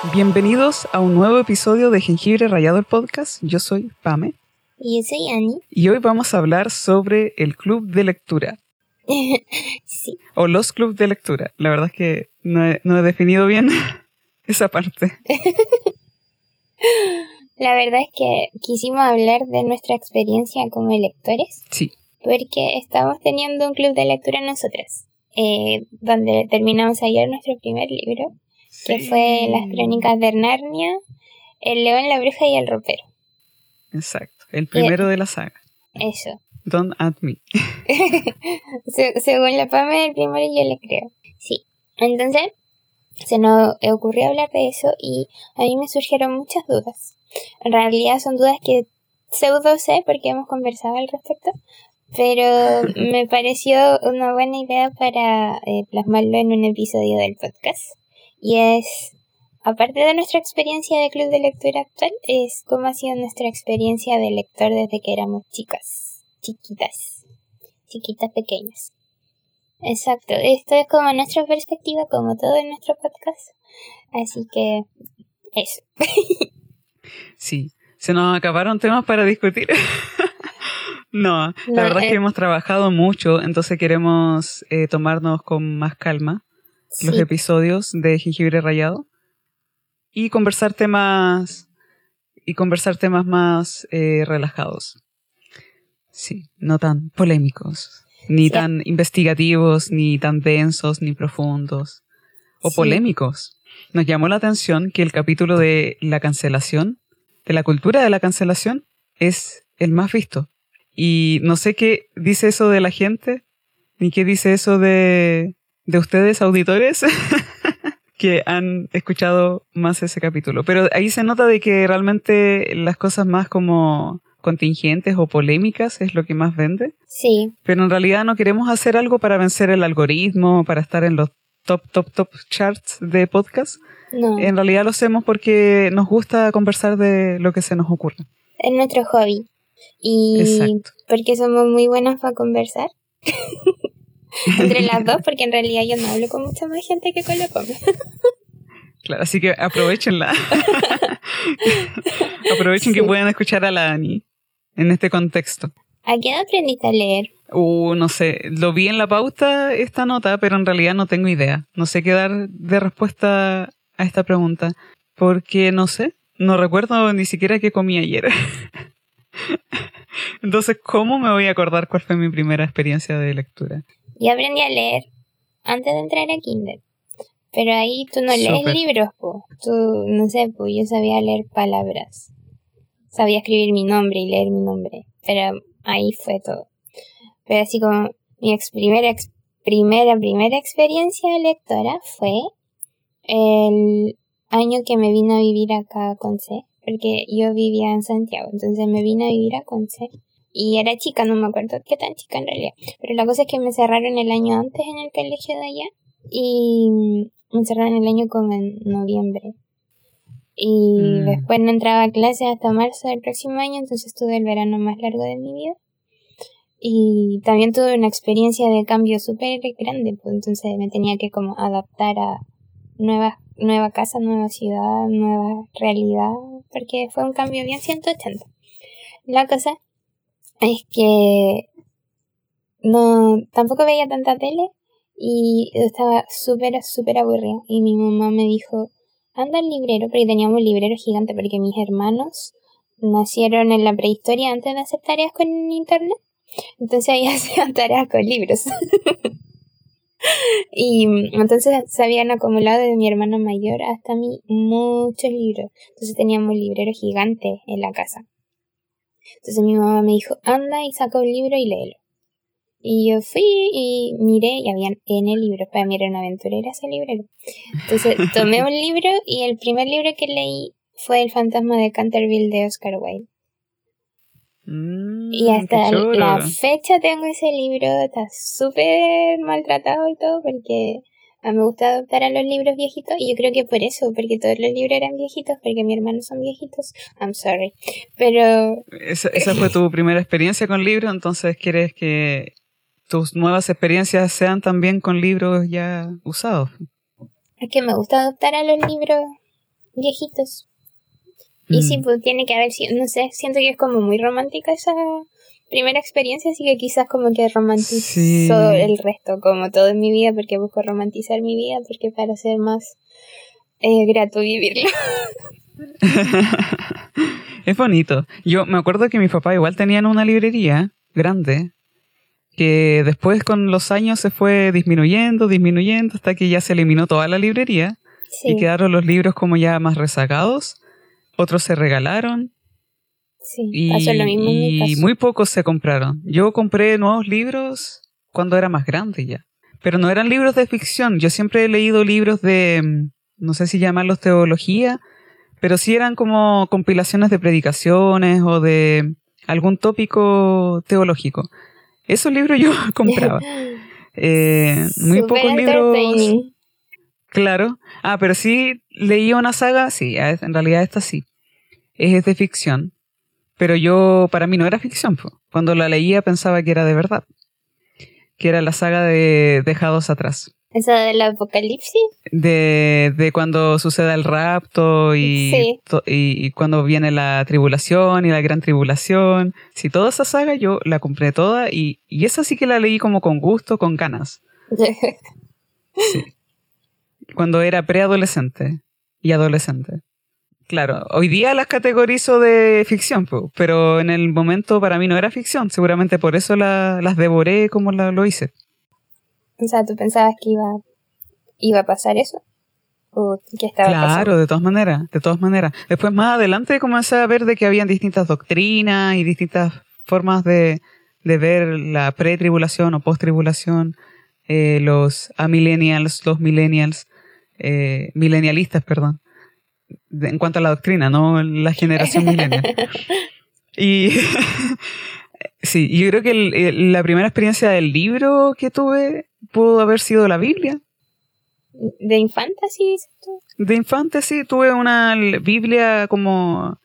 Bienvenidos a un nuevo episodio de Jengibre Rallado el podcast. Yo soy Pame. Y yo soy Ani. Y hoy vamos a hablar sobre el club de lectura. Sí. O los clubes de lectura. La verdad es que no he definido bien esa parte. La verdad es que quisimos hablar de nuestra experiencia como lectores. Sí. Porque estamos teniendo un club de lectura nosotras. Donde terminamos ayer nuestro primer libro. Sí. Que fue Las Crónicas de Narnia, El León, la Bruja y el Ropero. Exacto. El primero de la saga. Eso. Don't at me. Según la Pame, el primero yo le creo. Sí. Entonces, se nos ocurrió hablar de eso y a mí me surgieron muchas dudas. En realidad son dudas que pseudo sé porque hemos conversado al respecto, pero me pareció una buena idea para plasmarlo en un episodio del podcast. Y es, aparte de nuestra experiencia de club de lectura actual, es cómo ha sido nuestra experiencia de lector desde que éramos chiquitas pequeñas. Exacto, esto es como nuestra perspectiva, como todo en nuestro podcast. Así que, eso. Sí, se nos acabaron temas para discutir. No, la verdad es que hemos trabajado mucho, entonces queremos tomarnos con más calma los episodios de Jengibre Rallado y conversar temas más relajados. Sí, no tan polémicos, ni tan investigativos, ni tan densos, ni profundos o polémicos. Nos llamó la atención que el capítulo de la cancelación, de la cultura de la cancelación, es el más visto. Y no sé qué dice eso de la gente, ni qué dice eso de ustedes, auditores, que han escuchado más ese capítulo. Pero ahí se nota de que realmente las cosas más como contingentes o polémicas es lo que más vende. Sí. Pero en realidad no queremos hacer algo para vencer el algoritmo, para estar en los top charts de podcast. No. En realidad lo hacemos porque nos gusta conversar de lo que se nos ocurre. Es nuestro hobby. Y exacto. Porque somos muy buenas para conversar. Entre las dos, porque en realidad yo no hablo con mucha más gente que con la Pame. Claro, así que aprovechenla. Aprovechen que pueden escuchar a la Ani en este contexto. ¿A qué edad aprendiste a leer? No sé, lo vi en la pauta esta nota, pero en realidad no tengo idea. No sé qué dar de respuesta a esta pregunta, porque no sé, no recuerdo ni siquiera qué comí ayer. Entonces, ¿cómo me voy a acordar cuál fue mi primera experiencia de lectura? Yo aprendí a leer antes de entrar a Kinder. Pero ahí tú no lees libros, po. Tú, no sé, pues yo sabía leer palabras. Sabía escribir mi nombre y leer mi nombre. Pero ahí fue todo. Pero así como mi primera experiencia lectora fue el año que me vine a vivir acá a Conce. Porque yo vivía en Santiago, entonces me vine a vivir a Conce. Y era chica, no me acuerdo qué tan chica en realidad. Pero la cosa es que me cerraron el año antes en el colegio de allá. Y me encerraron el año como en noviembre. Y después no entraba a clase hasta marzo del próximo año, entonces tuve el verano más largo de mi vida. Y también tuve una experiencia de cambio súper grande, pues entonces me tenía que como adaptar a nueva casa, nueva ciudad, nueva realidad, porque fue un cambio bien 180. La cosa es que tampoco veía tanta tele. Y estaba súper aburrida. Y mi mamá me dijo, anda al librero, porque teníamos un librero gigante, porque mis hermanos nacieron en la prehistoria antes de hacer tareas con internet. Entonces ahí hacían tareas con libros. Y entonces se habían acumulado de mi hermano mayor hasta mí muchos libros. Entonces teníamos un librero gigante en la casa. Entonces mi mamá me dijo, anda y saca un libro y léelo. Y yo fui y miré y habían N libros. Para mí era una aventurera ese librero. Entonces tomé un libro y el primer libro que leí fue El fantasma de Canterville de Oscar Wilde. Y hasta la fecha tengo ese libro. Está súper maltratado y todo porque a mí me gusta adoptar a los libros viejitos. Y yo creo que por eso, porque todos los libros eran viejitos, porque mis hermanos son viejitos. I'm sorry. Pero esa fue tu primera experiencia con libros, entonces quieres que tus nuevas experiencias sean también con libros ya usados. Es que me gusta adoptar a los libros viejitos. Y sí, pues tiene que haber sido, no sé, siento que es como muy romántica esa primera experiencia, así que quizás como que romantizo el resto, como todo en mi vida, porque busco romantizar mi vida, porque para ser más grato vivirlo. Es bonito. Yo me acuerdo que mi papá igual tenían una librería grande, que después con los años se fue disminuyendo, hasta que ya se eliminó toda la librería, Sí. y quedaron los libros como ya más rezagados, otros se regalaron. Sí, pasó lo mismo en mi y caso. muy pocos se compraron. Yo compré nuevos libros cuando era más grande ya, pero no eran libros de ficción. Yo siempre he leído libros de, no sé si llamarlos teología, pero sí eran como compilaciones de predicaciones o de algún tópico teológico. Esos libros yo compraba. Muy Super pocos libros. entertaining. Claro. Pero sí leía una saga, sí, en realidad esta sí. Es de ficción. Pero para mí no era ficción. Cuando la leía pensaba que era de verdad. Que era la saga de Dejados Atrás. ¿Esa del apocalipsis? De cuando sucede el rapto Sí. y cuando viene la tribulación y la gran tribulación. Sí, toda esa saga yo la compré toda y esa sí que la leí como con gusto, con ganas. Sí. Cuando era preadolescente y adolescente. Claro, hoy día las categorizo de ficción, pero en el momento para mí no era ficción. Seguramente por eso las devoré como lo hice. O sea, ¿tú pensabas que iba a pasar eso? ¿O qué estaba pasando? Claro, de todas maneras. Después más adelante comencé a ver de que habían distintas doctrinas y distintas formas de ver la pre-tribulación o post-tribulación, los amillennials, los millennials, millennialistas, perdón, en cuanto a la doctrina, no la generación millennial. Y sí, yo creo que la primera experiencia del libro que tuve pudo haber sido la Biblia. ¿De infantasy dices tú? De infante, sí, tuve una Biblia como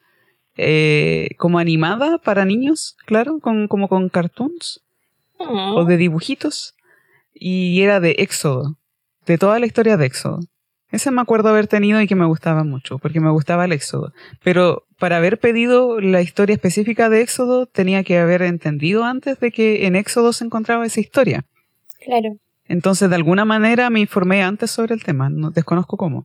animada para niños, claro, como con cartoons o de dibujitos. Y era de Éxodo, de toda la historia de Éxodo. Ese me acuerdo haber tenido y que me gustaba mucho, porque me gustaba el Éxodo. Pero para haber pedido la historia específica de Éxodo, tenía que haber entendido antes de que en Éxodo se encontraba esa historia. Claro. Entonces, de alguna manera me informé antes sobre el tema, no desconozco cómo.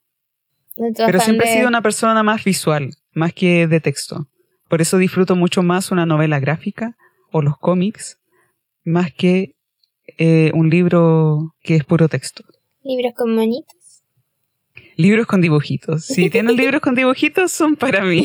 Pero siempre he sido una persona más visual, más que de texto. Por eso disfruto mucho más una novela gráfica o los cómics, más que un libro que es puro texto. ¿Libros con monitos? Libros con dibujitos. Si tienen libros con dibujitos, son para mí.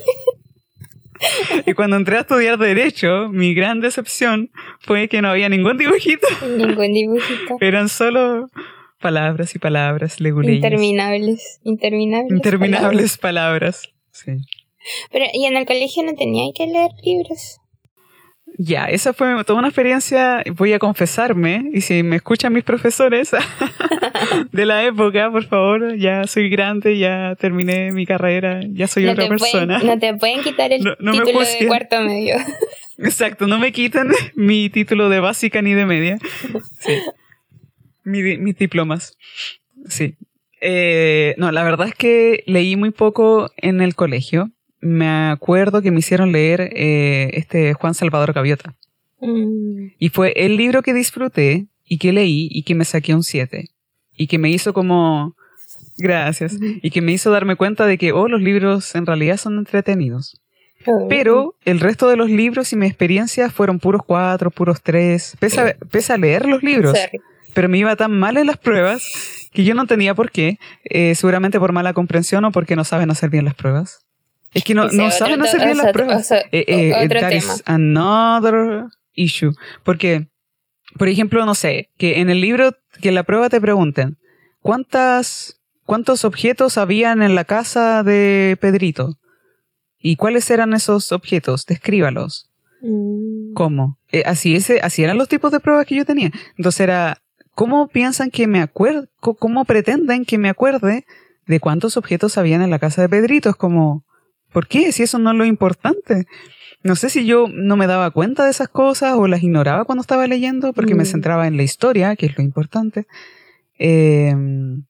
Y cuando entré a estudiar Derecho, mi gran decepción fue que no había ningún dibujito. Ningún dibujito. Eran solo palabras y palabras, leguleyas. Interminables palabras. Sí. Pero, ¿y en el colegio no tenía que leer libros? Ya, esa fue toda una experiencia, voy a confesarme, y si me escuchan mis profesores de la época, por favor, ya soy grande, ya terminé mi carrera, ya soy otra persona. No te pueden quitar el título de cuarto medio. Exacto, no me quitan mi título de básica ni de media. Sí. Mis diplomas. Sí. No, la verdad es que leí muy poco en el colegio. Me acuerdo que me hicieron leer Juan Salvador Gaviota. Y fue el libro que disfruté y que leí y que me saqué un 7. Y que me hizo como... Gracias. Y que me hizo darme cuenta de que, los libros en realidad son entretenidos. Pero el resto de los libros y mi experiencia fueron puros 4, puros 3. Pese a leer los libros. Sorry. Pero me iba tan mal en las pruebas que yo no tenía por qué. Seguramente por mala comprensión o porque no saben hacer bien las pruebas. Es que no saben hacer bien las pruebas. That is another issue. Porque, por ejemplo, no sé, que en el libro, que en la prueba te pregunten, ¿cuántos objetos habían en la casa de Pedrito? ¿Y cuáles eran esos objetos? Descríbalos. ¿Cómo? Así eran los tipos de pruebas que yo tenía. Entonces era, ¿cómo piensan que me acuerdo? ¿Cómo pretenden que me acuerde de cuántos objetos habían en la casa de Pedrito? Es como... ¿Por qué? Si eso no es lo importante. No sé si yo no me daba cuenta de esas cosas o las ignoraba cuando estaba leyendo porque me centraba en la historia, que es lo importante.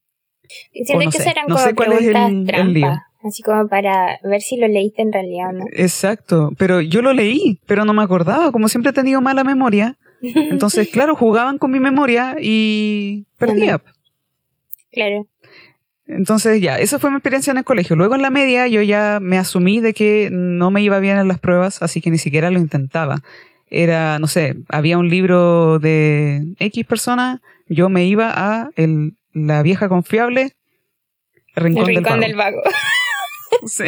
Y siento no que sé, serán no como sé cuál es preguntas el lío. trampa, así como para ver si lo leíste en realidad o no. Exacto, pero yo lo leí, pero no me acordaba, como siempre he tenido mala memoria. Entonces, claro, jugaban con mi memoria y perdía. Claro. Entonces, ya, esa fue mi experiencia en el colegio. Luego en la media yo ya me asumí de que no me iba bien en las pruebas, así que ni siquiera lo intentaba. Era, no sé, había un libro de X persona, yo me iba a la vieja confiable, El Rincón del Vago. Sí.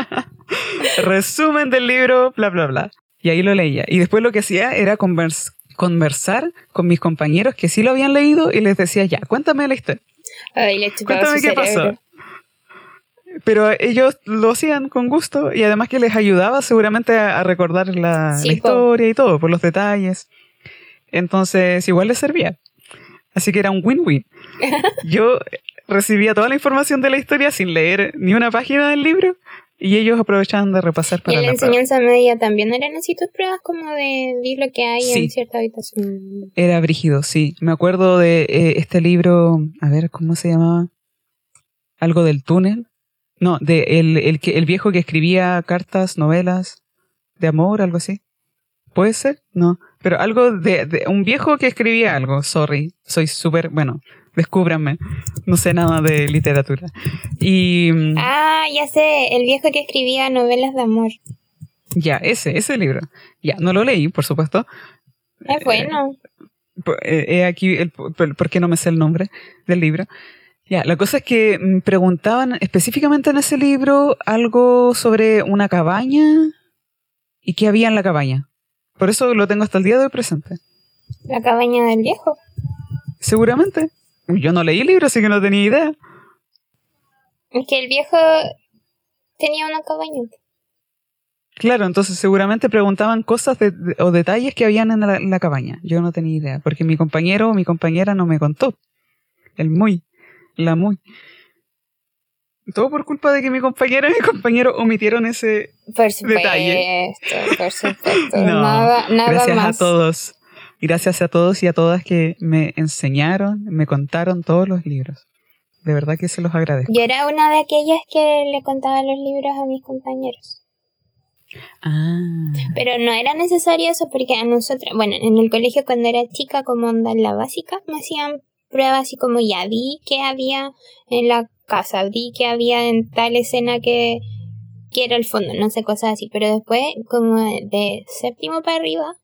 Resumen del libro, bla, bla, bla. Y ahí lo leía. Y después lo que hacía era conversar con mis compañeros que sí lo habían leído y les decía, ya, cuéntame la historia. Ay, le chupaba Cuéntame su qué cerebro. pasó. Pero ellos lo hacían con gusto y además que les ayudaba seguramente a recordar la historia y todo, por los detalles. Entonces, igual les servía. Así que era un win-win. Yo recibía toda la información de la historia sin leer ni una página del libro y ellos aprovechaban de repasar para ¿Y en la la prueba. enseñanza media también eran así tus pruebas como de lo que hay Sí. en cierta habitación? Era brígido, sí. Me acuerdo de este libro, a ver, ¿cómo se llamaba? Algo del túnel. No, de el viejo que escribía cartas, novelas de amor, algo así. ¿Puede ser? No. Pero algo de un viejo que escribía algo. Sorry, soy súper, bueno, descúbranme. No sé nada de literatura. Y Ah, ya sé, el viejo que escribía novelas de amor. ya, ese libro. Ya, no lo leí, por supuesto. Es bueno. He aquí por qué no me sé el nombre del libro. Ya, la cosa es que preguntaban específicamente en ese libro algo sobre una cabaña y qué había en la cabaña. Por eso lo tengo hasta el día de hoy presente. La cabaña del viejo. Seguramente. Yo no leí el libro, así que no tenía idea. Es que el viejo tenía una cabaña. Claro, entonces seguramente preguntaban cosas o detalles que habían en la cabaña. Yo no tenía idea, porque mi compañero o mi compañera no me contó. La muy. Todo por culpa de que mi compañera y mi compañero omitieron ese detalle. Por supuesto. No, nada gracias más. a todos. Gracias a todos y a todas que me enseñaron, me contaron todos los libros. De verdad que se los agradezco. Yo era una de aquellas que le contaba los libros a mis compañeros. Ah. Pero no era necesario eso porque a nosotros, bueno, en el colegio cuando era chica, como onda en la básica, me hacían pruebas así como ya vi que había en la casa, vi que había en tal escena que era el fondo, no sé, cosas así. Pero después, como de séptimo para arriba,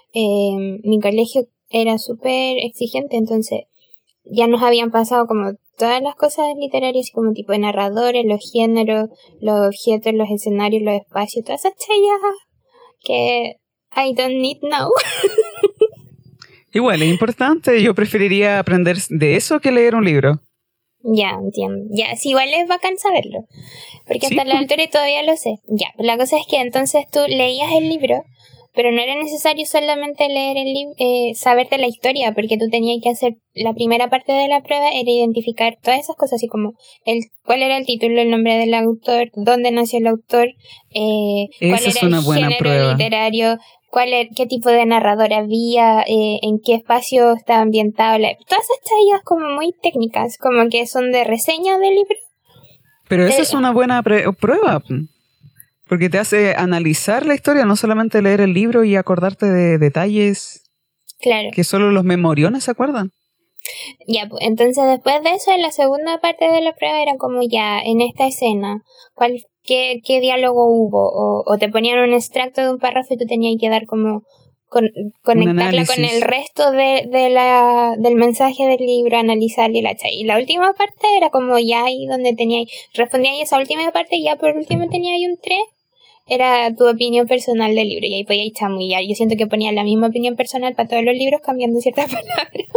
mi colegio era súper exigente, entonces ya nos habían pasado como todas las cosas literarias, como tipo de narradores, los géneros, los objetos, los escenarios, los espacios, todas esas challas que I don't need now. Igual, es importante. Yo preferiría aprender de eso que leer un libro. Ya, entiendo. Ya, sí, igual es bacán saberlo. Porque hasta la altura todavía lo sé. Ya, la cosa es que entonces tú leías el libro, pero no era necesario solamente leer el libro, saberte la historia, porque tú tenías que hacer la primera parte de la prueba, era identificar todas esas cosas, así como cuál era el título, el nombre del autor, dónde nació el autor, cuál era el género literario, qué tipo de narrador había, en qué espacio estaba ambientado, todas esas tallas como muy técnicas, como que son de reseña del libro. Pero esa es una buena prueba. Porque te hace analizar la historia, no solamente leer el libro y acordarte de detalles que solo los memoriones se acuerdan. Ya, pues, entonces después de eso, en la segunda parte de la prueba era como ya, en esta escena, qué diálogo hubo, o te ponían un extracto de un párrafo y tú tenías que dar como conectarla con el resto del mensaje del libro, analizarla y la última parte era como ya ahí donde respondías esa última parte y ya por último tenía ahí un 3. Era tu opinión personal del libro y ahí podías chamullar. Yo siento que ponía la misma opinión personal para todos los libros cambiando ciertas palabras.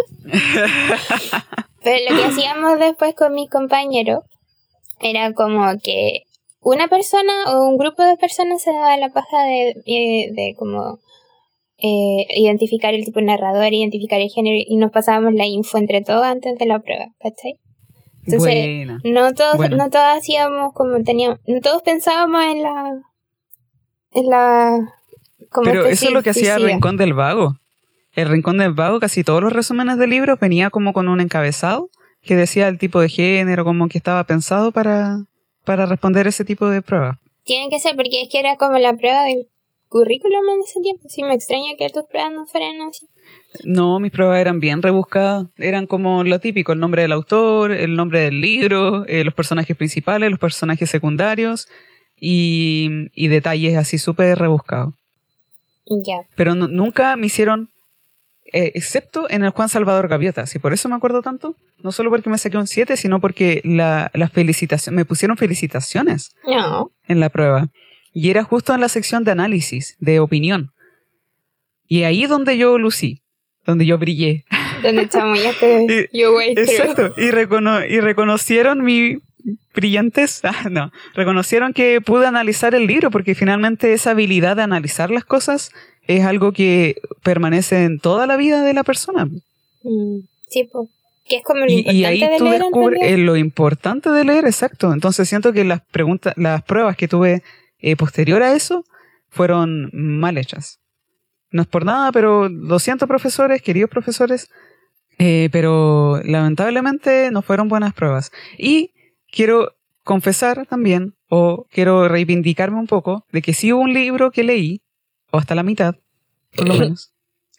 Pero lo que hacíamos después con mis compañeros era como que una persona o un grupo de personas se daba la paja de como identificar el tipo de narrador, identificar el género y nos pasábamos la info entre todos antes de la prueba, ¿cachai? Entonces, no todos hacíamos como no todos pensábamos en la pero eso es lo que hacía el Rincón del Vago. El Rincón del Vago, casi todos los resúmenes de libros venía como con un encabezado que decía el tipo de género, como que estaba pensado para responder ese tipo de pruebas. Tiene que ser, porque es que era como la prueba del currículum en ese tiempo. Sí, me extraña que tus pruebas no fueran así. No, mis pruebas eran bien rebuscadas. Eran como lo típico, el nombre del autor, el nombre del libro, los personajes principales, los personajes secundarios y detalles así súper rebuscados. Ya. Pero nunca me hicieron, excepto en el Juan Salvador Gaviota. Y por eso me acuerdo tanto. No solo porque me saqué un 7, sino porque las felicitaciones, me pusieron felicitaciones en la prueba. Y era justo en la sección de análisis, de opinión. Y ahí donde yo lucí, donde yo brillé. Donde chamullaste yo way through. Exacto. Y reconocieron mi brillantez. No. Reconocieron que pude analizar el libro, porque finalmente esa habilidad de analizar las cosas es algo que permanece en toda la vida de la persona. Sí, pues. Que es como lo importante y ahí de tú leer, descubres lo importante de leer, exacto. Entonces siento que las pruebas que tuve posterior a eso fueron mal hechas. No es por nada, pero lo siento, profesores, queridos profesores, pero lamentablemente no fueron buenas pruebas. Y quiero confesar también, o quiero reivindicarme un poco, de que sí hubo un libro que leí, o hasta la mitad, por lo menos,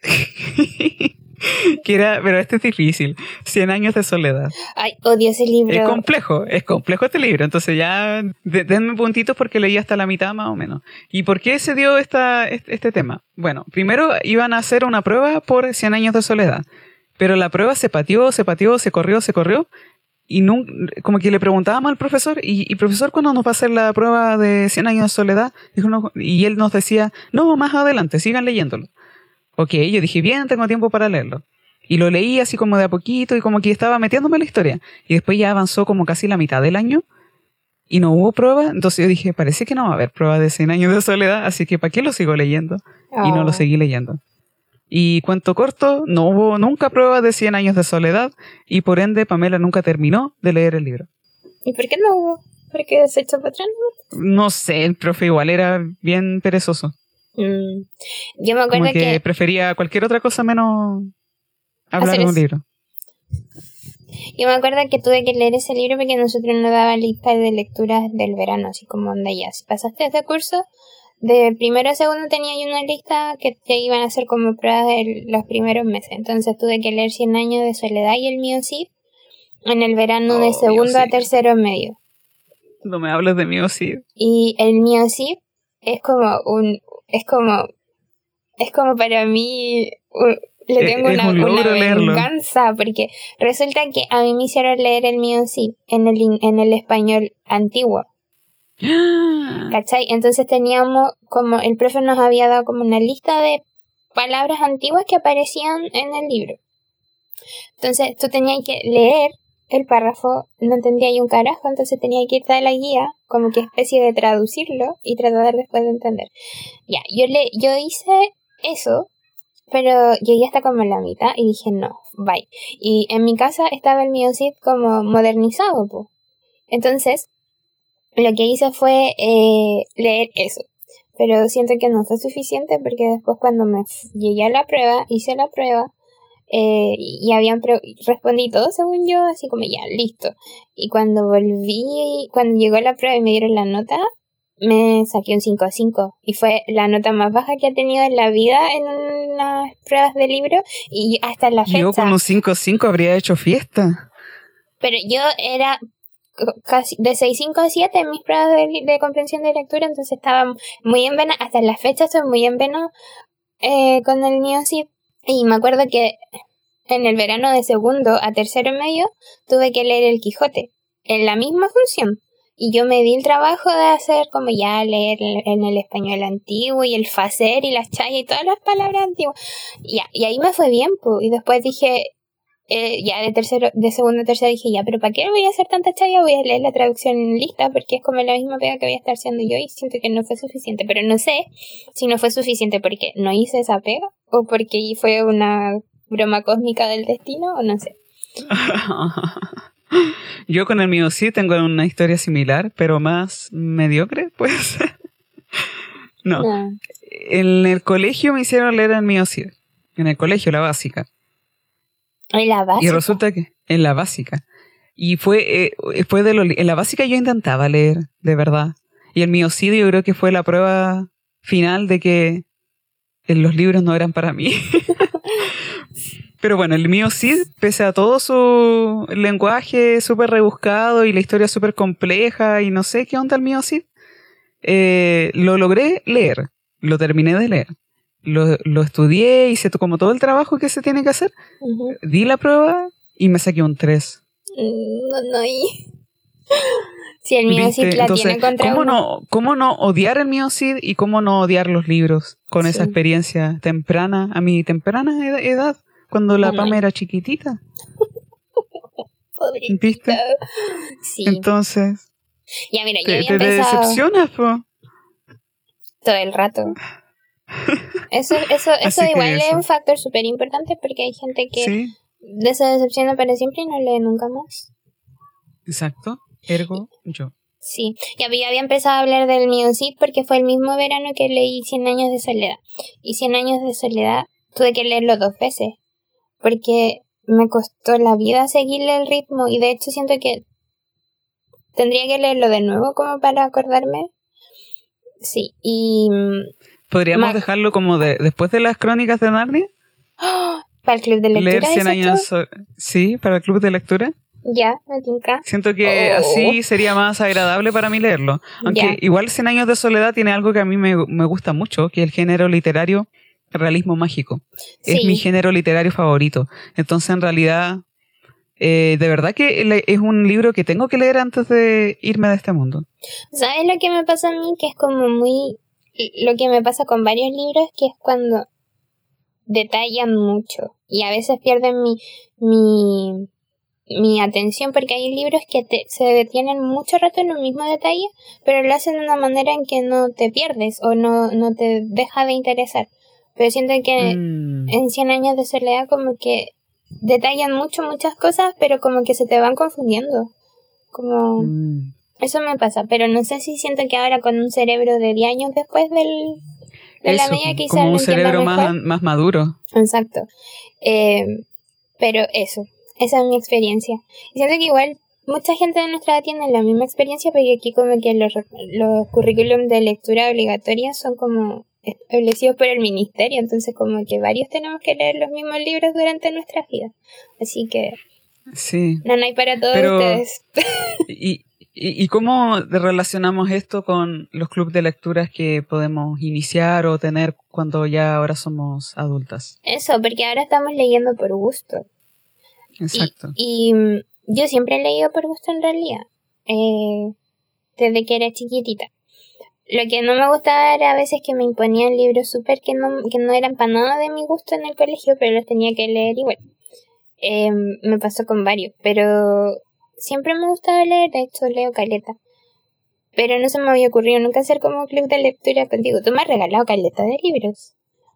que era, pero este es difícil, 100 años de soledad. Ay, odio ese libro. Es complejo este libro, entonces ya denme puntitos porque leí hasta la mitad más o menos. ¿Y por qué se dio este tema? Bueno, primero iban a hacer una prueba por 100 años de soledad, pero la prueba se pateó, se corrió, y como que le preguntábamos al profesor, y profesor, ¿cuándo nos va a hacer la prueba de 100 años de soledad? Dijo, no, y él nos decía, no, más adelante, sigan leyéndolo. Ok, yo dije, bien, tengo tiempo para leerlo. Y lo leí así como de a poquito y como que estaba metiéndome en la historia. Y después ya avanzó como casi la mitad del año y no hubo prueba. Entonces yo dije, parece que no va a haber prueba de 100 años de soledad, así que ¿para qué lo sigo leyendo? Y no lo seguí leyendo. Y cuento corto, no hubo nunca prueba de 100 años de soledad y por ende Pamela nunca terminó de leer el libro. ¿Y por qué no hubo? ¿Por qué se echó para atrás? No sé, el profe igual era bien perezoso. Yo me acuerdo como que prefería cualquier otra cosa menos hablar de un libro. Yo me acuerdo que tuve que leer ese libro porque nosotros nos daban listas de lecturas del verano, así como onda ya. Si pasaste este curso, de primero a segundo tenía yo una lista que te iban a hacer como pruebas de los primeros meses. Entonces tuve que leer 100 años de soledad y el mío sí en el verano de segundo a tercero medio. No me hables de mío sí. Y el mío sí es como para mí le tengo una venganza porque resulta que a mí me hicieron leer el mío sí en el español antiguo. ¿Cachai? Entonces teníamos como el profe nos había dado como una lista de palabras antiguas que aparecían en el libro. Entonces tú tenías que leer el párrafo, no entendía yo un carajo, entonces tenía que irte a la guía, como que especie de traducirlo y tratar después de entender. Ya, yo hice eso, pero llegué hasta como en la mitad y dije no, bye. Y en mi casa estaba el Miosit como modernizado, po. Entonces, lo que hice fue leer eso. Pero siento que no fue suficiente porque después cuando llegué a la prueba, hice la prueba, y respondí todo según yo, así como ya, listo. Y cuando llegó la prueba y me dieron la nota, me saqué un 5.5 y fue la nota más baja que he tenido en la vida en unas pruebas de libro y hasta la fecha. Yo con un 5.5 habría hecho fiesta. Pero yo era casi de 6.5 a 7 en mis pruebas de comprensión de lectura, entonces estaba muy en vena, hasta la fecha estoy muy en vena con el mío sí. Y me acuerdo que en el verano de segundo a tercero medio tuve que leer el Quijote en la misma función. Y yo me di el trabajo de hacer como ya leer en el español antiguo y el facer y las chayas y todas las palabras antiguas. Y ahí me fue bien, pues. Y después dije, ya de segundo a tercero dije, ya, pero ¿para qué voy a hacer tanta chaya? Voy a leer la traducción lista porque es como la misma pega que voy a estar haciendo yo y siento que no fue suficiente. Pero no sé si no fue suficiente porque no hice esa pega o porque fue una broma cósmica del destino o no sé. Yo con el mío sí tengo una historia similar, pero más mediocre, pues. No. En el colegio me hicieron leer el mío sí. En el colegio, la básica. ¿En la básica? Y resulta que en la básica. Y fue en la básica yo intentaba leer, de verdad. Y el miocidio yo creo que fue la prueba final de que los libros no eran para mí. Pero bueno, el miocid, pese a todo su lenguaje súper rebuscado y la historia súper compleja y no sé qué onda el miocid, lo logré leer. Lo terminé de leer. Lo estudié, hice como todo el trabajo que se tiene que hacer. Ujú. Di la prueba y me saqué un 3. No. Si el mío sí ¿Viste? la Entonces, tiene contra ¿cómo no odiar el miocid y cómo no odiar los libros con esa Sí. experiencia temprana, a mi temprana edad, cuando la Pam era chiquitita? Pobrecita. ¿Viste? Sí. Entonces, Ya mira, yo te había empezado decepcionas, po. todo el rato. Eso Así que igual es eso. un factor súper importante porque hay gente que Sí, se decepciona para siempre y no lee nunca más. exacto. Ergo, yo. Sí, ya había empezado a hablar del Miocid porque fue el mismo verano que leí 100 años de soledad. Y 100 años de soledad tuve que leerlo 2 veces porque me costó la vida seguirle el ritmo y de hecho siento que tendría que leerlo de nuevo como para acordarme. Sí, y... ¿Podríamos dejarlo como después de las crónicas de Narnia? ¿Para el club de lectura? Leer 100 ¿dices años... tú? Sí, para el club de lectura. Ya, me tinca. Siento que así sería más agradable para mí leerlo. Aunque Ya. igual 100 años de soledad tiene algo que a mí me gusta mucho, que es el género literario realismo mágico. Es Sí. mi género literario favorito. Entonces, en realidad, de verdad que es un libro que tengo que leer antes de irme de este mundo. ¿Sabes lo que me pasa a mí? Que es como muy... Lo que me pasa con varios libros, que es cuando detallan mucho y a veces pierden mi atención porque hay libros que se detienen mucho rato en un mismo detalle, pero lo hacen de una manera en que no te pierdes o no te deja de interesar. Pero siento que en 100 años de soledad como que detallan muchas cosas, pero como que se te van confundiendo. Como... Eso me pasa, pero no sé si siento que ahora con un cerebro de 10 años después de la media quizás como lo un entienda cerebro mejor. más maduro. Exacto. Pero eso, esa es mi experiencia. Y siento que igual mucha gente de nuestra edad tiene la misma experiencia porque aquí como que los currículums de lectura obligatoria son como establecidos por el ministerio, entonces como que varios tenemos que leer los mismos libros durante nuestras vidas. Así que sí. No hay para todos ustedes. ¿Y cómo relacionamos esto con los clubes de lecturas que podemos iniciar o tener cuando ya ahora somos adultas? Eso, porque ahora estamos leyendo por gusto. Exacto. Y yo siempre he leído por gusto en realidad, desde que era chiquitita. Lo que no me gustaba era a veces que me imponían libros súper que no eran para nada de mi gusto en el colegio, pero los tenía que leer igual. Me pasó con varios, pero siempre me gustaba leer, de hecho leo caleta. Pero no se me había ocurrido nunca hacer como club de lectura contigo. Tú me has regalado caleta de libros.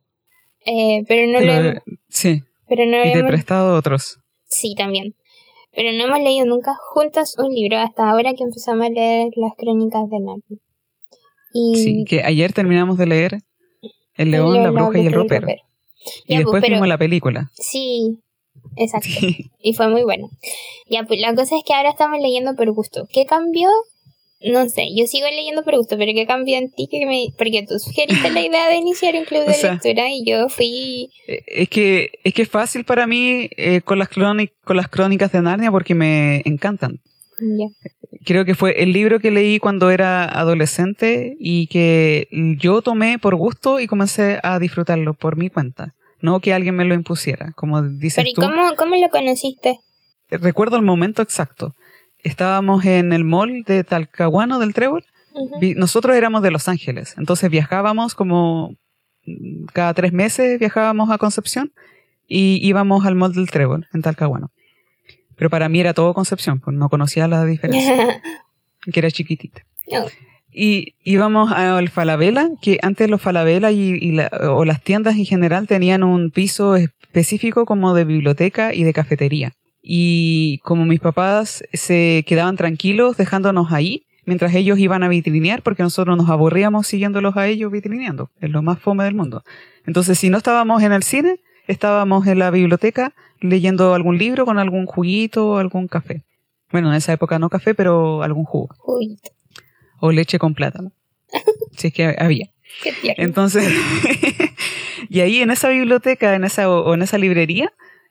Pero no lo Sí. Pero no y te he prestado otros. Sí, también. Pero no hemos leído nunca juntas un libro hasta ahora que empezamos a leer las crónicas de Narnia. Sí, que ayer terminamos de leer El León, la Bruja y el Ropero. Y después vimos la película. Sí, exacto. Sí. Y fue muy bueno. Ya, pues la cosa es que ahora estamos leyendo por gusto. ¿Qué cambió? No sé, yo sigo leyendo por gusto, pero ¿qué cambió en ti? Porque tú sugeriste la idea de iniciar un club de lectura y yo fui... Es que es fácil para mí con las crónicas de Narnia porque me encantan. Yeah. Creo que fue el libro que leí cuando era adolescente y que yo tomé por gusto y comencé a disfrutarlo por mi cuenta. No que alguien me lo impusiera, como dices tú. ¿Pero y cómo lo conociste? Recuerdo el momento exacto. Estábamos en el mall de Talcahuano del Trébol. Uh-huh. Nosotros éramos de Los Ángeles, entonces viajábamos como cada 3 meses viajábamos a Concepción y íbamos al mall del Trébol en Talcahuano. Pero para mí era todo Concepción, pues no conocía la diferencia, que era chiquitita. No. Y íbamos al Falabella, que antes los Falabella o las tiendas en general tenían un piso específico como de biblioteca y de cafetería. Y como mis papás se quedaban tranquilos dejándonos ahí, mientras ellos iban a vitrinear, porque nosotros nos aburríamos siguiéndolos a ellos vitrineando. Es lo más fome del mundo. Entonces, si no estábamos en el cine, estábamos en la biblioteca leyendo algún libro con algún juguito o algún café. Bueno, en esa época no café, pero algún jugo. Juguito. O leche con plátano. Si es que había. Qué tierno. Entonces, y ahí en esa biblioteca, en esa librería,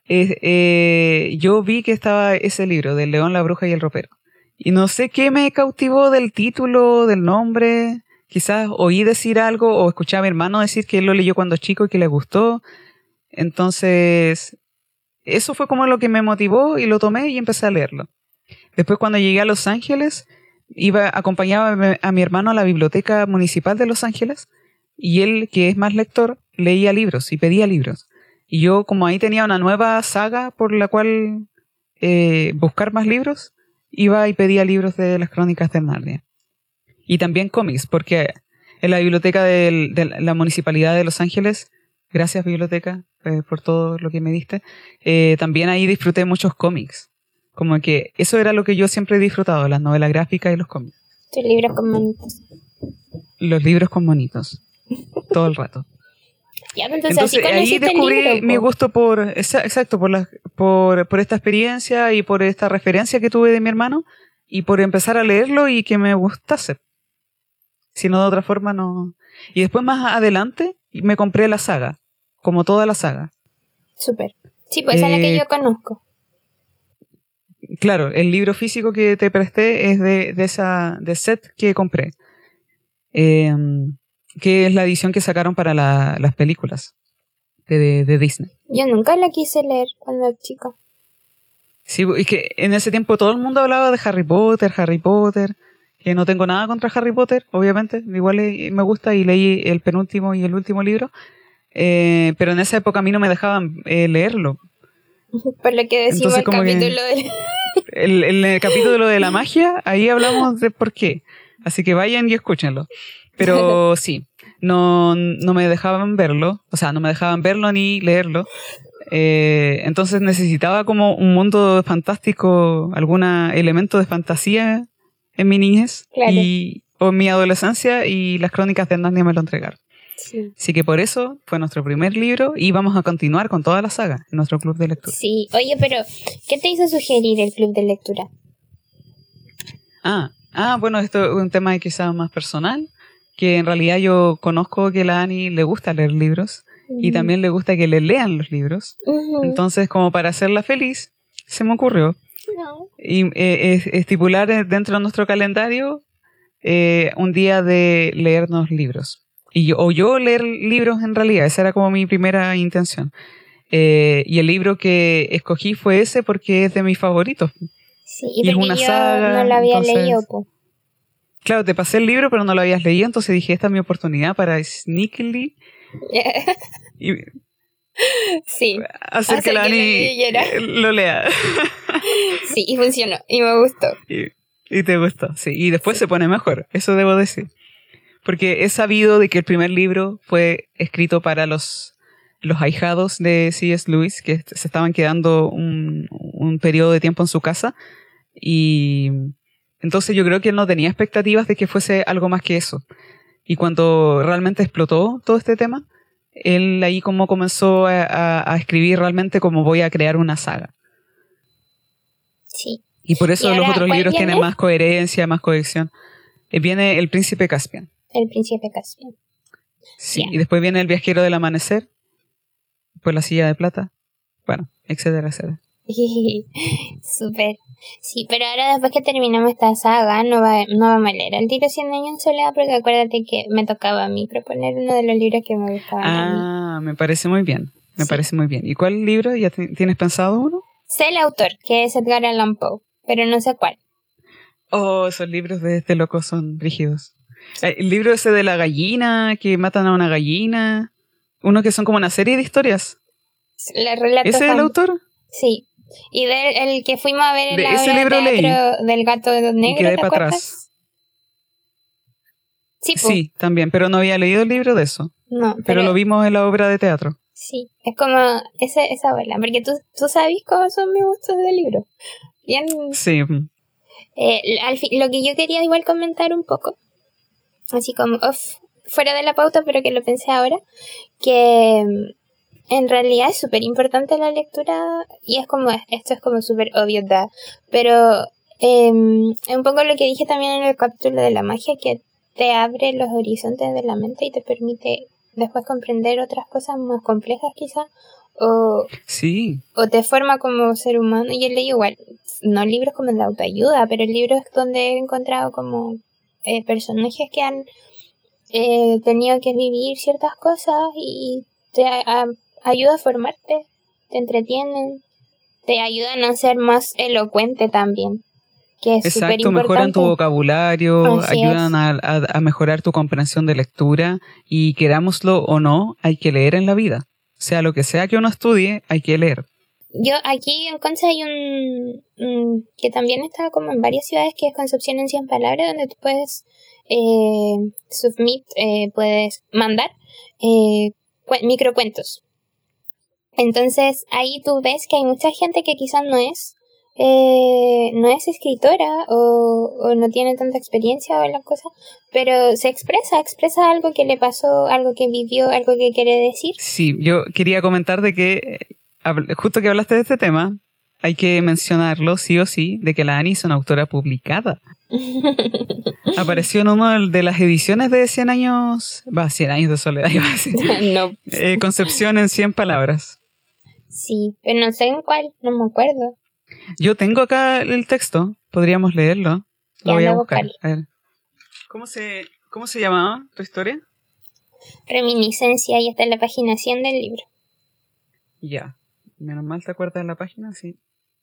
yo vi que estaba ese libro, del León, la Bruja y el Ropero. Y no sé qué me cautivó del título, del nombre. Quizás oí decir algo o escuché a mi hermano decir que él lo leyó cuando chico y que le gustó. Entonces, eso fue como lo que me motivó y lo tomé y empecé a leerlo. Después, cuando llegué a Los Ángeles, acompañaba a mi hermano a la biblioteca municipal de Los Ángeles y él, que es más lector, leía libros y pedía libros. Y yo, como ahí tenía una nueva saga por la cual buscar más libros, iba y pedía libros de las Crónicas de Narnia. Y también cómics, porque en la biblioteca de la Municipalidad de Los Ángeles, gracias biblioteca por todo lo que me diste, también ahí disfruté muchos cómics. Como que eso era lo que yo siempre he disfrutado, las novelas gráficas y los cómics. Tus libros con monitos. Los libros con monitos, todo el rato. Ya, entonces así ahí descubrí el libro, mi gusto exacto, por esta experiencia y por esta referencia que tuve de mi hermano y por empezar a leerlo y que me gustase. Si no, de otra forma no. Y después más adelante me compré la saga, como toda la saga. Súper. Sí, pues esa es la que yo conozco. Claro, el libro físico que te presté es de set que compré. Que es la edición que sacaron para las películas de Disney. Yo nunca la quise leer cuando era chica. Sí, es que en ese tiempo todo el mundo hablaba de Harry Potter, que no tengo nada contra Harry Potter, obviamente, igual me gusta y leí el penúltimo y el último libro, pero en esa época a mí no me dejaban leerlo. Por lo que decimos entonces, el capítulo de... el capítulo de la magia, ahí hablamos de por qué. Así que vayan y escúchenlo. Pero sí, no me dejaban verlo, o sea, no me dejaban verlo ni leerlo. Entonces necesitaba como un mundo fantástico, algún elemento de fantasía en mi niñez, claro. O en mi adolescencia, y las Crónicas de Narnia me lo entregaron. Sí. Así que por eso fue nuestro primer libro y vamos a continuar con toda la saga en nuestro club de lectura. Sí, oye, pero ¿qué te hizo sugerir el club de lectura? Bueno, esto es un tema quizás más personal, que en realidad yo conozco que a la Ani le gusta leer libros y también le gusta que le lean los libros. Entonces, como para hacerla feliz, se me ocurrió estipular dentro de nuestro calendario un día de leernos libros. O yo leer libros en realidad, esa era como mi primera intención. Y el libro que escogí fue ese porque es de mis favoritos. Sí, y porque yo no lo había leído, po. Claro, te pasé el libro, pero no lo habías leído, entonces dije, esta es mi oportunidad para sneakily sí, hacer que la Ani lo lea. Sí, y funcionó, y me gustó. Y te gustó, sí. Y después se pone mejor, eso debo decir. Porque he sabido de que el primer libro fue escrito para los ahijados de C.S. Lewis, que se estaban quedando un periodo de tiempo en su casa. Y entonces yo creo que él no tenía expectativas de que fuese algo más que eso. Y cuando realmente explotó todo este tema, él ahí como comenzó a escribir realmente como voy a crear una saga. Sí. Y por eso los otros libros tienen más coherencia, más cohesión. Viene El Príncipe Caspian. El Príncipe Caspian. Sí, y después viene El Viajero del Amanecer, pues La Silla de Plata, bueno, etcétera, etcétera. Súper. Sí, pero ahora después que terminamos esta saga, no vamos a leer El tiro 100 años en soledad, porque acuérdate que me tocaba a mí proponer uno de los libros que me gustaban a mí. Me parece muy bien, parece muy bien. ¿Y cuál libro? ¿Ya tienes pensado uno? Sé el autor, que es Edgar Allan Poe, pero no sé cuál. Oh, esos libros de este loco son brígidos. El libro ese de la gallina, que matan a una gallina. Uno que son como una serie de historias. ¿Ese es el autor? Sí. Y el que fuimos a ver en la ese obra libro de teatro leí. del gato negro, y quedé ¿te para acuerdas? Atrás. Sí, también, pero no había leído el libro de eso. No, pero lo vimos en la obra de teatro. Sí, es como esa abuela, porque tú sabes cómo son mis gustos de libro. Bien. Sí. Al fin, lo que yo quería igual comentar un poco, así como fuera de la pauta, pero que lo pensé ahora, que en realidad es súper importante la lectura, y esto es como súper obvio, pero Un poco lo que dije también en el capítulo de la magia, que te abre los horizontes de la mente y te permite después comprender otras cosas más complejas quizás, Sí, o te forma como ser humano. Y yo leí igual, no libros como de autoayuda, pero libros donde he encontrado como personajes que han tenido que vivir ciertas cosas y te ayuda a formarte, te entretienen, te ayudan a ser más elocuente también, que es súper exacto, mejoran tu importante. vocabulario, Así ayudan es. a mejorar tu comprensión de lectura y querámoslo o no, hay que leer en la vida. Sea lo que sea que uno estudie, hay que leer. Yo aquí en Conce hay que también está como en varias ciudades, que es Concepción en 100 palabras, donde tú puedes puedes mandar microcuentos. Entonces ahí tú ves que hay mucha gente que quizás no es escritora o no tiene tanta experiencia o las cosas, pero se expresa algo que le pasó, algo que vivió, algo que quiere decir. Sí, yo quería comentar de que, justo que hablaste de este tema, hay que mencionarlo sí o sí, de que la Ani es una autora publicada. Apareció en una de las ediciones de 100 años, 100 años de soledad, iba a decir. No. Concepción en 100 palabras. Sí, pero no sé en cuál, no me acuerdo. Yo tengo acá el texto, podríamos leerlo. Lo voy a buscar. A ver. ¿Cómo se llamaba tu historia? Reminiscencia, y está en la página 100 del libro. Ya, menos mal te acuerdas de la página, sí.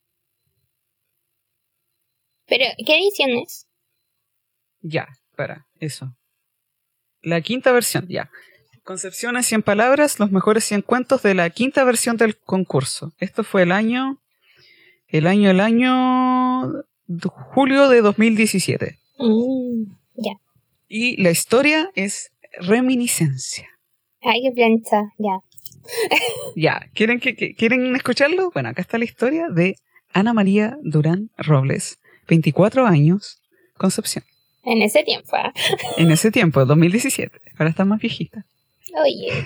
Pero, ¿qué edición es? Ya, para, eso. La quinta versión, ya. Concepción en 100 palabras, los mejores 100 cuentos de la quinta versión del concurso. Esto fue el año julio de 2017. Ya. Y la historia es Reminiscencia. Ay, qué plancha, ya. Ya, ¿quieren escucharlo? Bueno, acá está la historia de Ana María Durán Robles, 24 años, Concepción. En ese tiempo. En ese tiempo, 2017. Ahora está más viejita. Oye.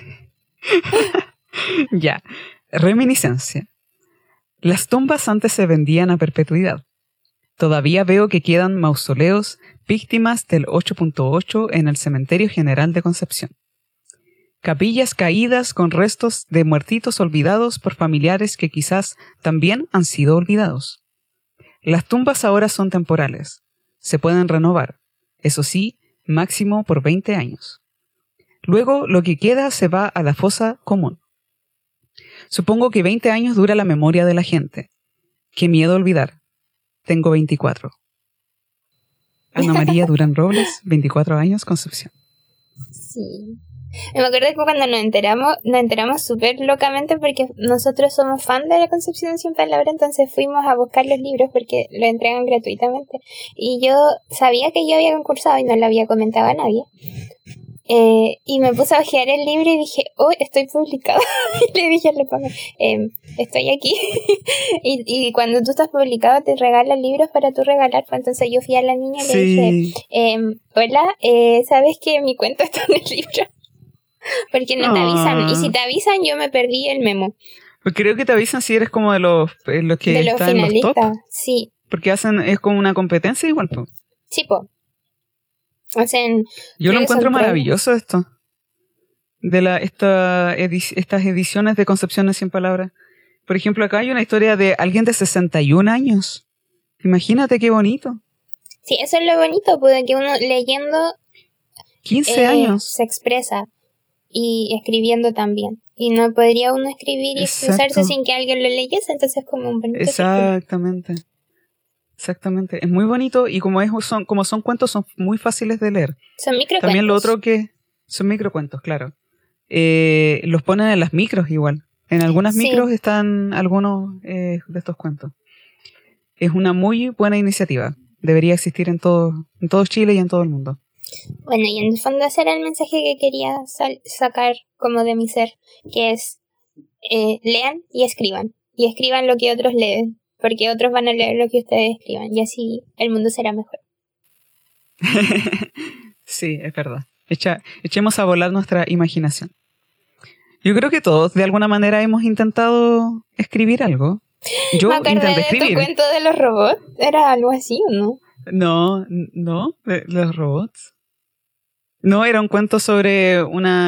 Ya. Reminiscencia. Las tumbas antes se vendían a perpetuidad. Todavía veo que quedan mausoleos víctimas del 8.8 en el Cementerio General de Concepción. Capillas caídas con restos de muertitos olvidados por familiares que quizás también han sido olvidados. Las tumbas ahora son temporales. Se pueden renovar. Eso sí, máximo por 20 años. Luego, lo que queda se va a la fosa común. Supongo que 20 años dura la memoria de la gente. Qué miedo olvidar. Tengo 24. Ana María Durán Robles, 24 años, Concepción. Sí. Me acuerdo que cuando nos enteramos súper locamente, porque nosotros somos fan de la Concepción en 100 palabras, entonces fuimos a buscar los libros porque lo entregan gratuitamente. Y yo sabía que yo había concursado y no lo había comentado a nadie. Y me puse a ojear el libro y dije, oh, estoy publicado. Y le dije a la Pame, estoy aquí. y cuando tú estás publicado te regalan libros para tú regalar. Pues entonces yo fui a la niña y le dije, hola, ¿sabes que mi cuento está en el libro? Porque no te avisan. Y si te avisan, yo me perdí el memo. Pues creo que te avisan si eres como de los que de los están en los top. Sí. Porque es como una competencia igual, po. Sí, po. Yo lo encuentro maravilloso esto. De estas ediciones de Concepción en 100 palabras. Por ejemplo, acá hay una historia de alguien de 61 años. Imagínate qué bonito. Sí, eso es lo bonito, porque que uno leyendo 15 años se expresa y escribiendo también. Y no podría uno escribir y expresarse sin que alguien lo leyese, entonces es como un bonito. Exactamente. Exactamente. Es muy bonito y como son cuentos, son muy fáciles de leer. Son microcuentos. También lo otro que son microcuentos, claro. Los ponen en las micros igual. En algunas micros están algunos de estos cuentos. Es una muy buena iniciativa. Debería existir en todo Chile y en todo el mundo. Bueno, y en el fondo ese era el mensaje que quería sacar como de mi ser, que es lean y escriban. Y escriban lo que otros leen, porque otros van a leer lo que ustedes escriban. Y así el mundo será mejor. Sí, es verdad. Echemos a volar nuestra imaginación. Yo creo que todos de alguna manera hemos intentado escribir algo. Yo Me acordé intenté de escribir. tu cuento de los robots. ¿Era algo así o no? No, de los robots. No, era un cuento sobre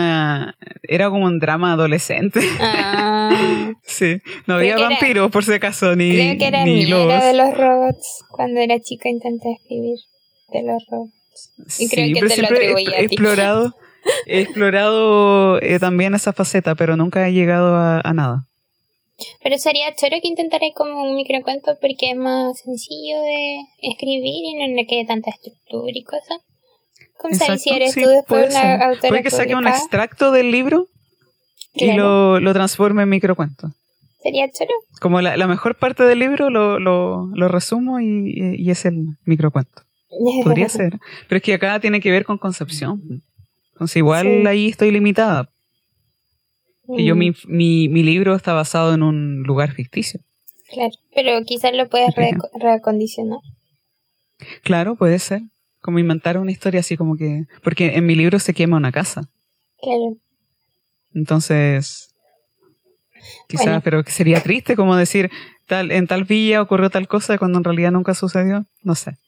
era como un drama adolescente. Ah, Sí, no había Creo que era- vampiros por si acaso, ni creo que era ni mía, era de lobos. los robots. Cuando era chica intenté escribir de los robots. Y creo Sí, que pero te lo siempre atribuí a ti. he explorado también esa faceta, pero nunca he llegado a nada. Pero sería choro que intentaré como un microcuento porque es más sencillo de escribir y no le quede tanta estructura y cosas. ¿Cómo sabes si Exacto, eres sí, tú después puede una ser. autora Puede que saque un publicada? extracto del libro y Claro. lo transforme en microcuento. Sería choro. Como la mejor parte del libro lo resumo y es el microcuento. Podría ser. Pero es que acá tiene que ver con Concepción. Entonces igual Sí. ahí estoy limitada. Que yo Mm, mi libro está basado en un lugar ficticio. Claro, pero quizás lo puedes Por ejemplo. reacondicionar. Claro, puede ser. Como inventar una historia así como que... Porque en mi libro se quema una casa. Claro. Entonces... Quizás, Bueno. pero que sería triste como decir, en tal villa ocurrió tal cosa cuando en realidad nunca sucedió. No sé.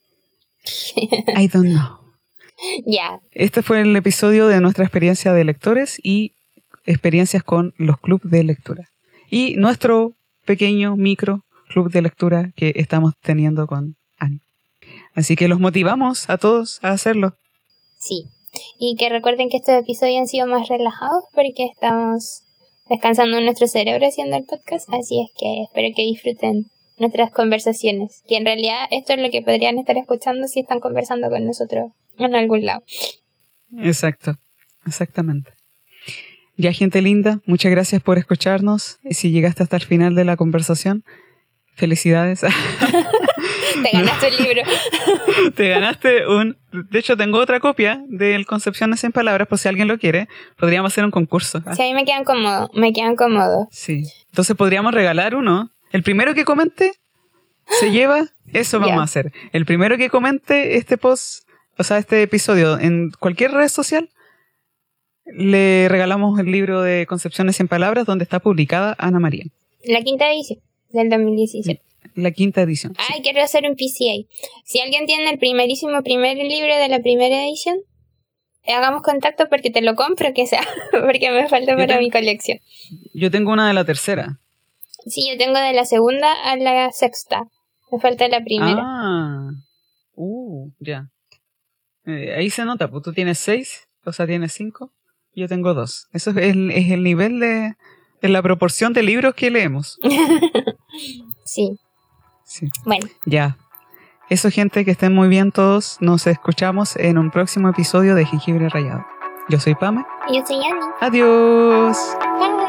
I don't know. Ya. Este fue el episodio de nuestra experiencia de lectores y experiencias con los clubes de lectura. Y nuestro pequeño micro club de lectura que estamos teniendo con Ani. Así que los motivamos a todos a hacerlo. Sí. Y que recuerden que estos episodios han sido más relajados porque estamos descansando en nuestro cerebro haciendo el podcast. Así es que espero que disfruten nuestras conversaciones. Que en realidad esto es lo que podrían estar escuchando si están conversando con nosotros en algún lado. Exacto, exactamente. Ya, gente linda, muchas gracias por escucharnos. Y si llegaste hasta el final de la conversación, felicidades. Te ganaste el libro. Te ganaste De hecho, tengo otra copia del Concepciones en Palabras, por si alguien lo quiere. Podríamos hacer un concurso. Si a mí me quedan cómodos. Sí. Entonces podríamos regalar uno. El primero que comente se lleva. Eso vamos Ya. a hacer. El primero que comente este post, o sea, este episodio en cualquier red social, le regalamos el libro de Concepciones en Palabras donde está publicada Ana María. La quinta edición del 2017. La quinta edición. Sí. Ay, quiero hacer un PCA. Si alguien tiene el primer libro de la primera edición, hagamos contacto porque te lo compro, que sea, porque me falta para mi colección. Yo tengo una de la tercera. Sí, yo tengo de la segunda a la sexta. Me falta la primera. Ya. Ahí se nota, pues tú tienes 6, o sea, tienes 5, yo tengo 2. Eso es el nivel de la proporción de libros que leemos. Sí. Sí. Bueno. Ya. Eso, gente, que estén muy bien todos. Nos escuchamos en un próximo episodio de Jengibre Rallado. Yo soy Pame. Y yo soy Annie. Adiós. Bye.